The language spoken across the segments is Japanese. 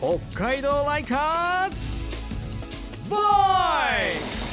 北海道ライカーズボイス。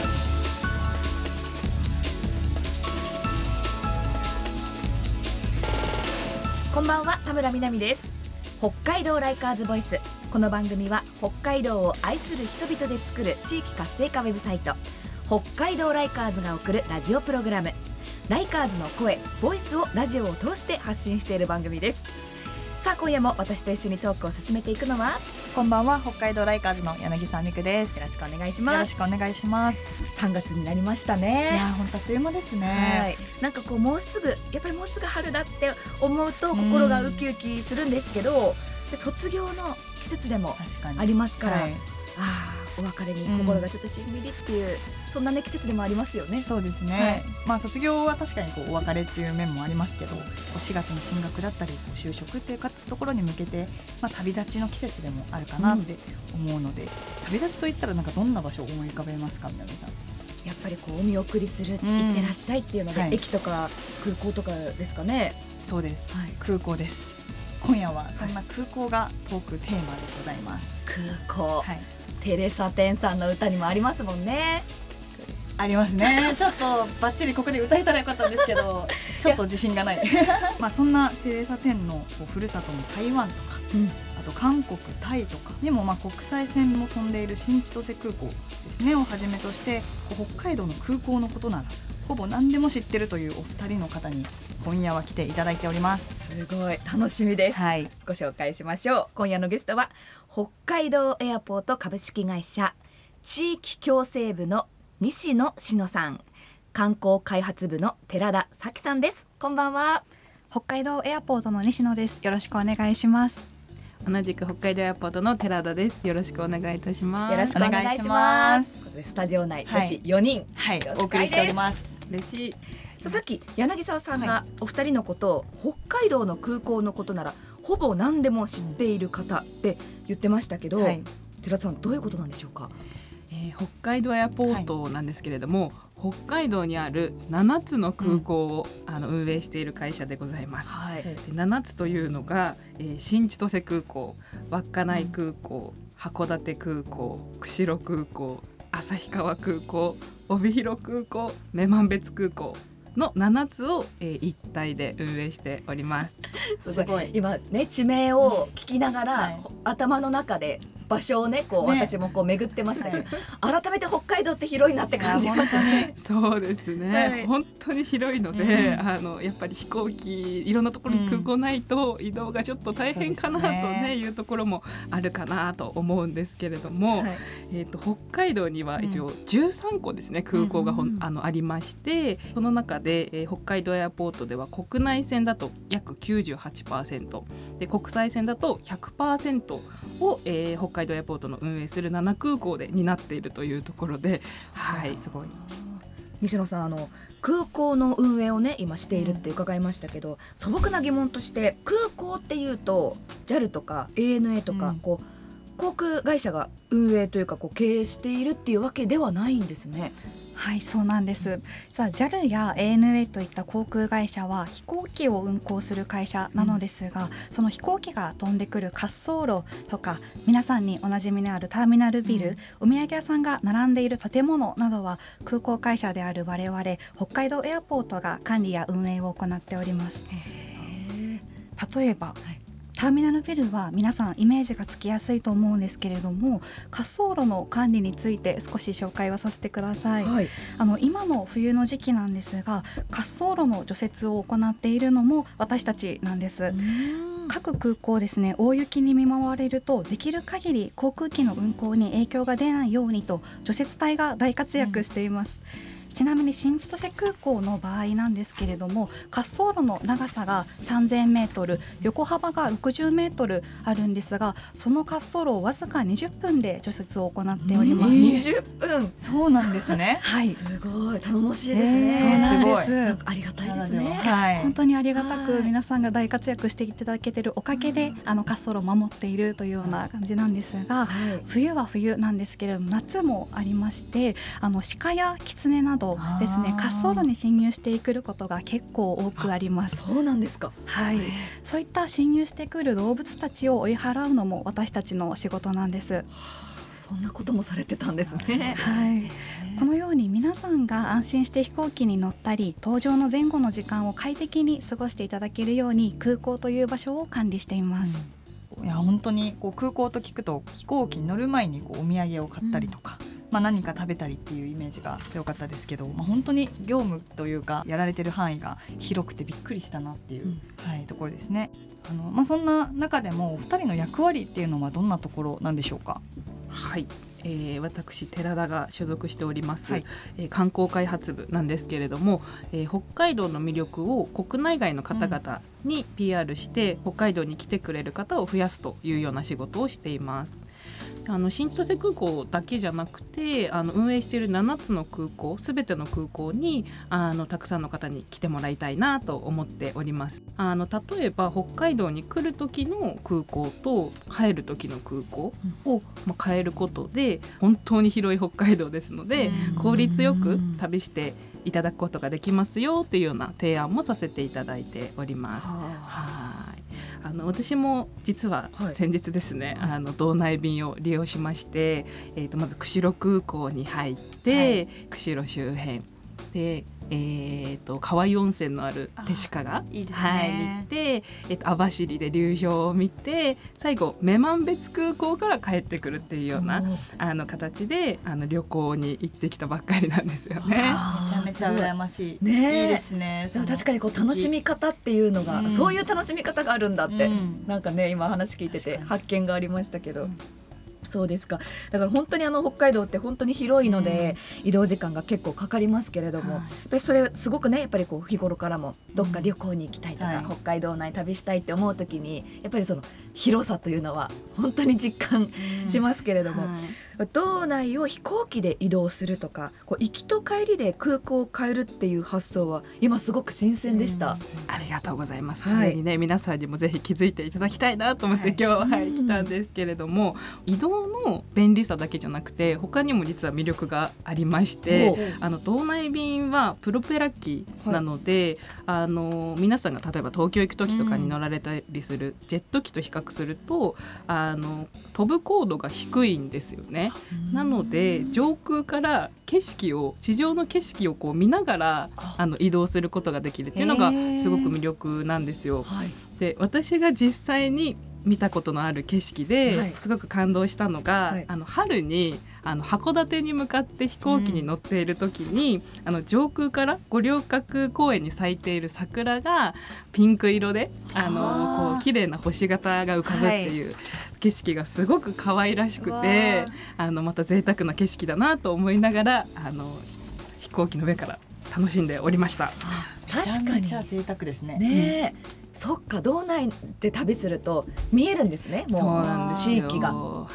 こんばんは、田村みなみです。北海道ライカーズボイス。この番組は北海道を愛する人々で作る地域活性化ウェブサイト北海道ライカーズが送るラジオプログラム、ライカーズの声ボイスをラジオを通して発信している番組です。さあ、今夜も私と一緒にトークを進めていくのは、 こんばんは、北海道ライカーズの柳沢美久です。 よろしくお願いします。 よろしくお願いします。 3月になりましたね。 いや、本当あっという間ですね。 はい、なんかこうもうすぐ春だって思うと心がウキウキするんですけど、で卒業の季節でもありますから、はい、お別れに心がちょっとしんみりっていう、そんな、ね、季節でもありますよね。 そうですね、はい、卒業は確かにお別れっていう面もありますけど、4月の進学だったり就職っていうところに向けて、旅立ちの季節でもあるかなって思うので、旅立ちといったらなんかどんな場所を思い浮かべますか、南さん。 やっぱりお見送りする、行ってらっしゃいっていうので、駅とか空港とかですかね。 そうです、空港です。今夜はそんな空港がトークテーマでございます。 空港、テレサ・テンさんの歌にもありますもんね。 ありますね。ちょっとバッチリここで歌えたらよかったんですけどちょっと自信がないそんなテレサ・テンのふるさとの台湾とか、あと韓国、タイとかにも国際線も飛んでいる新千歳空港ですねをはじめとして、北海道の空港のことならほぼ何でも知ってるというお二人の方に今夜は来ていただいております。 すごい楽しみです、ご紹介しましょう。今夜のゲストは北海道エアポート株式会社地域共生部の西野志乃さん、観光開発部の寺田咲さんです。こんばんは。 北海道エアポートの西野です。よろしくお願いします。 同じく北海道エアポートの寺田です。よろしくお願いいたします。 よろしくお願いします。スタジオ内女子4人、 お送りしております。 嬉しい。 さっき柳沢さんがお二人のことを、北海道の空港のことならほぼ何でも知っている方って言ってましたけど、寺田さんどういうことなんでしょうか。 北海道エアポートなんですけれども、北海道にある7つの空港を、運営している会社でございます。で7つというのが、新千歳空港、稚内空港、函館空港、釧路空港、旭川空港、帯広空港、女満別空港の7つを、一体で運営しております。 すごい今ね、地名を聞きながら、頭の中で場所をね、私も巡ってましたけど、改めて北海道って広いなって感じますね。 そうですね、本当に広いので、やっぱり飛行機いろんなところに空港ないと移動がちょっと大変かなと、いうところもあるかなと思うんですけれども、北海道には一応13個ですね、空港がありまして、その中で、北海道エアポートでは国内線だと約 98% で、国際線だと 100% を、北海道エアポートの運営する7空港で担っているというところで、 すごい。 西野さん、空港の運営をね今しているって伺いましたけど、素朴な疑問として、空港っていうと JAL とか ANA とか、航空会社が運営というか経営しているっていうわけではないんですね。 はい、そうなんです。JAL や ANA といった航空会社は飛行機を運航する会社なのですが、その飛行機が飛んでくる滑走路とか、皆さんにおなじみのあるターミナルビル、お土産屋さんが並んでいる建物などは空港会社である我々北海道エアポートが管理や運営を行っております。例えば、ターミナルビルは皆さんイメージがつきやすいと思うんですけれども、滑走路の管理について少し紹介をさせてください。今の冬の時期なんですが、滑走路の除雪を行っているのも私たちなんです。各空港ですね、大雪に見舞われるとできる限り航空機の運航に影響が出ないようにと除雪隊が大活躍しています。ちなみに新千歳空港の場合なんですけれども、滑走路の長さが3000メートル、横幅が60メートルあるんですが、その滑走路をわずか20分で除雪を行っております。 20分。 そうなんですね。 すごい頼もしいですね。 そうなんです。 なんかありがたいですね。 本当にありがたく、皆さんが大活躍していただけているおかげで、滑走路を守っているというような感じなんですが、冬は冬なんですけれども、夏もありまして、鹿やキツネなどとですね、滑走路に侵入してくることが結構多くあります。 そうなんですか。 はい、そういった侵入してくる動物たちを追い払うのも私たちの仕事なんです。 そんなこともされてたんですね。 はい、このように皆さんが安心して飛行機に乗ったり搭乗の前後の時間を快適に過ごしていただけるように空港という場所を管理しています。 いや本当に空港と聞くと飛行機に乗る前にお土産を買ったりとか、何か食べたりっていうイメージが強かったですけど、本当に業務というかやられてる範囲が広くてびっくりしたなっていう、ところですね。そんな中でもお二人の役割っていうのはどんなところなんでしょうか？ はい、私寺田が所属しております、観光開発部なんですけれども、北海道の魅力を国内外の方々に PR して、北海道に来てくれる方を増やすというような仕事をしています。新千歳空港だけじゃなくて運営している7つの空港すべての空港にたくさんの方に来てもらいたいなと思っております。例えば北海道に来る時の空港と帰る時の空港を、変えることで本当に広い北海道ですので効率よく旅していただくことができますよというような提案もさせていただいております。私も実は先日ですね、道内便を利用しまして、まず釧路空港に入って、釧路周辺で、川合温泉のある手鹿いいですね、 行って、網走で流氷を見て最後女満別空港から帰ってくるっていうような形で旅行に行ってきたばっかりなんですよね。 めちゃめちゃ羨ましい、 ね、 いいですね。 確かに楽しみ方っていうのが、そういう楽しみ方があるんだって、なんかね今話聞いてて発見がありましたけど、そうですか。だから本当に北海道って本当に広いので、移動時間が結構かかりますけれども、やっぱりそれすごくねやっぱり日頃からもどっか旅行に行きたいとか、北海道内旅したいって思う時にやっぱりその広さというのは本当に実感しますけれども、道内を飛行機で移動するとか行きと帰りで空港を変えるっていう発想は今すごく新鮮でした。 ありがとうございます、それにね皆さんにもぜひ気づいていただきたいなと思って今日、来たんですけれども、移動の便利さだけじゃなくて他にも実は魅力がありまして、道内便はプロペラ機なので、皆さんが例えば東京行く時とかに乗られたりするジェット機と比較すると飛ぶ高度が低いんですよね。なので上空から地上の景色を見ながら移動することができるっていうのがすごく魅力なんですよ。で私が実際に見たことのある景色ですごく感動したのが、春に函館に向かって飛行機に乗っている時に、上空から五稜郭公園に咲いている桜がピンク色で綺麗な星型が浮かぶっていう、景色がすごく可愛らしくてまた贅沢な景色だなと思いながら飛行機の上から楽しんでおりました。 確かにめちゃめちゃ贅沢ですね。 ねそっか、道内で旅すると見えるんですね、もうそうなんですよ、 地域が。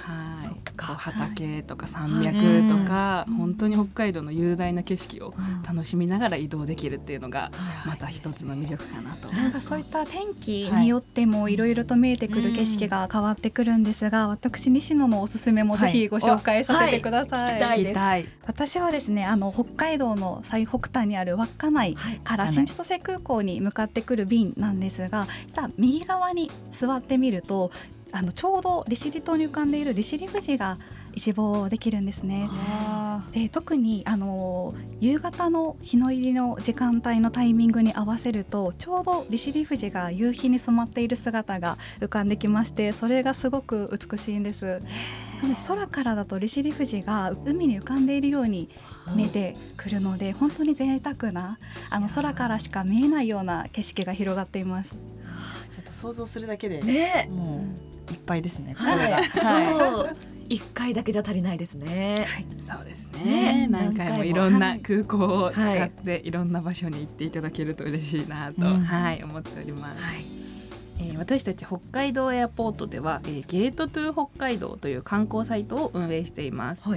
畑とか山脈とか、本当に北海道の雄大な景色を楽しみながら移動できるっていうのがまた一つの魅力かなと。 なんかそういった天気によってもいろいろと見えてくる景色が変わってくるんですが、私西野のおすすめもぜひご紹介させてください。 聞きたいです。 私はですね北海道の最北端にある稚内から新千歳空港に向かってくる便なんですが、右側に座ってみるとちょうど利尻島に浮かんでいる利尻富士が一望できるんですね。で特に夕方の日の入りの時間帯のタイミングに合わせるとちょうど利尻富士が夕日に染まっている姿が浮かんできまして、それがすごく美しいんです。空からだと利尻富士が海に浮かんでいるように見えてくるので、本当に贅沢な空からしか見えないような景色が広がっています。 ちょっと想像するだけで、もういっぱいですね。 そう1回だけじゃ足りないですね。 そうですね。何回もいろんな空港を使っていろんな場所に行っていただけると嬉しいなと、思っております。私たち北海道エアポートでは、ゲートトゥー北海道という観光サイトを運営しています。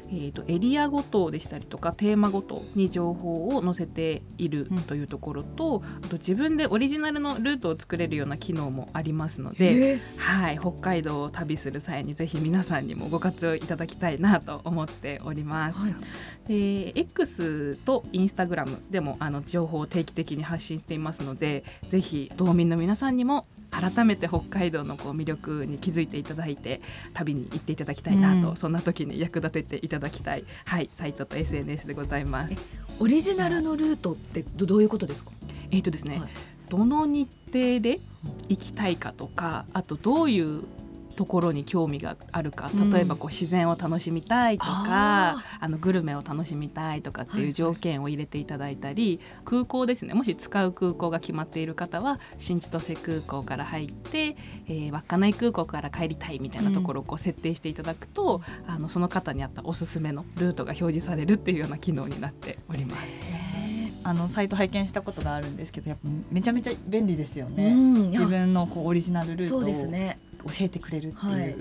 エリアごとでしたりとかテーマごとに情報を載せているというところと、あと自分でオリジナルのルートを作れるような機能もありますので、はい、北海道を旅する際にぜひ皆さんにもご活用いただきたいなと思っております。で X とインスタグラムでも情報を定期的に発信していますので、ぜひ道民の皆さんにも改めて北海道の魅力に気づいていただいて旅に行っていただきたいなと、そんな時に役立てていただきたい、はい、サイトと SNS でございます。 オリジナルのルートってどういうことですか？ ですね、どの日程で行きたいかとか、あとどういうところに興味があるか、例えば自然を楽しみたいとか、グルメを楽しみたいとかっていう条件を入れていただいたり、空港ですね、もし使う空港が決まっている方は新千歳空港から入って、稚内空港から帰りたいみたいなところを設定していただくと、その方に合ったおすすめのルートが表示されるっていうような機能になっております。 サイト拝見したことがあるんですけど、やっぱめちゃめちゃ便利ですよね。自分のオリジナルルートを教えてくれるっていう、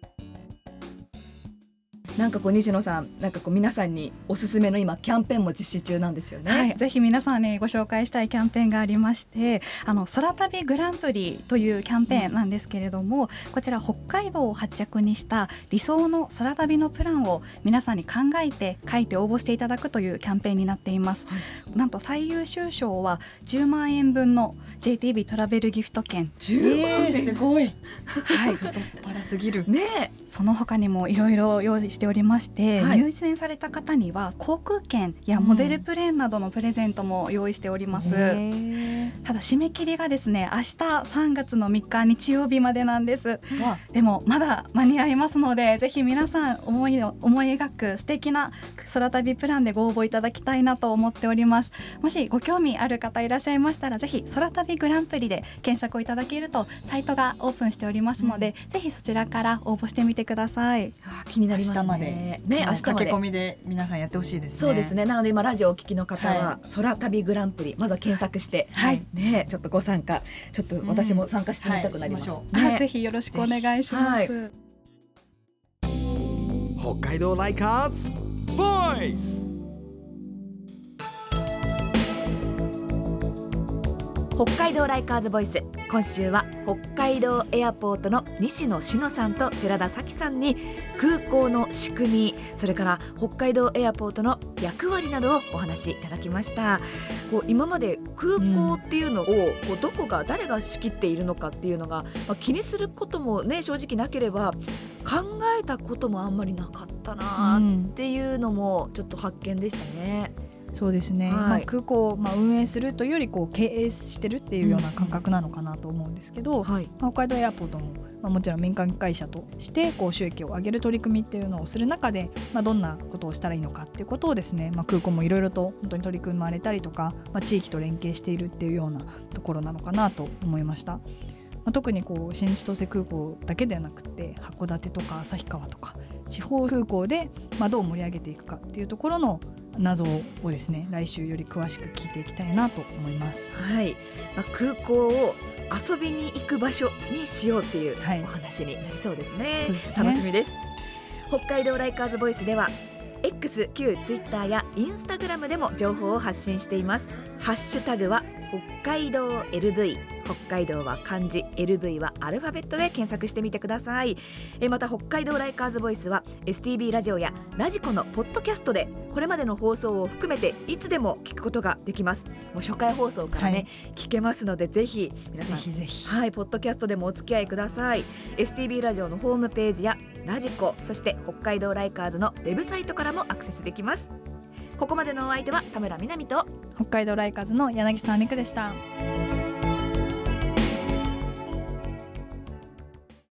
なんか西野さん、なんか皆さんにおすすめの今キャンペーンも実施中なんですよね。 はい、ぜひ皆さんにご紹介したいキャンペーンがありまして、空旅グランプリというキャンペーンなんですけれども、こちら北海道を発着にした理想の空旅のプランを皆さんに考えて書いて応募していただくというキャンペーンになっています。なんと最優秀賞は10万円分の JTB トラベルギフト券。 すごい、はい、太っ腹すぎるね。 その他にもいろいろ用意しておりまして、入選された方には航空券やモデルプレーンなどのプレゼントも用意しております。ただ締め切りがですね、明日3月の3日日曜日までなんです。でもまだ間に合いますので、ぜひ皆さん思い描く素敵な空旅プランでご応募いただきたいなと思っております。もしご興味ある方いらっしゃいましたら、ぜひ空旅グランプリで検索をいただけるとサイトがオープンしておりますので、ぜひそちらから応募してみてください。 気になりますね。 明日まで、明日まで駆け込みで皆さんやってほしいですね。 そうですね。なので今ラジオをお聞きの方は、空旅グランプリまずは検索して、ちょっとご参加、ちょっと私も参加してみたくなります。 ぜひよろしくお願いします。 北海道ライカーズボイス。 北海道ライカーズボイス、今週は北海道エアポートの西野志乃さんと寺田咲さんに空港の仕組み、それから北海道エアポートの役割などをお話しいただきました。今まで空港っていうのをどこが誰が仕切っているのかっていうのが、気にすることもね正直なければ考えたこともあんまりなかったなっていうのもちょっと発見でしたね。 そうですね、空港を運営するというより経営してるっていうような感覚なのかなと思うんですけど、北海道エアポートも、もちろん民間会社として収益を上げる取り組みっていうのをする中で、どんなことをしたらいいのかっていうことをですね、空港もいろいろと本当に取り組まれたりとか、地域と連携しているっていうようなところなのかなと思いました。特に新千歳空港だけではなくて函館とか旭川とか地方空港でどう盛り上げていくかっていうところの謎をですね、来週より詳しく聞いていきたいなと思います。 空港を遊びに行く場所にしようっていうお話になりそうですね。楽しみです。北海道ライカーズボイスでは X、旧 Twitter や Instagram でも情報を発信しています。ハッシュタグは北海道 LV、北海道は漢字、LV はアルファベットで検索してみてください。また北海道ライカーズボイスは STB ラジオやラジコのポッドキャストでこれまでの放送を含めていつでも聞くことができます。もう初回放送からね、聞けますので、ぜひ皆さんぜひポッドキャストでもお付き合いください。 STB ラジオのホームページやラジコ、そして北海道ライカーズのウェブサイトからもアクセスできます。ここまでのお相手は田村みなみと北海道ライカーズの柳沢美久でした。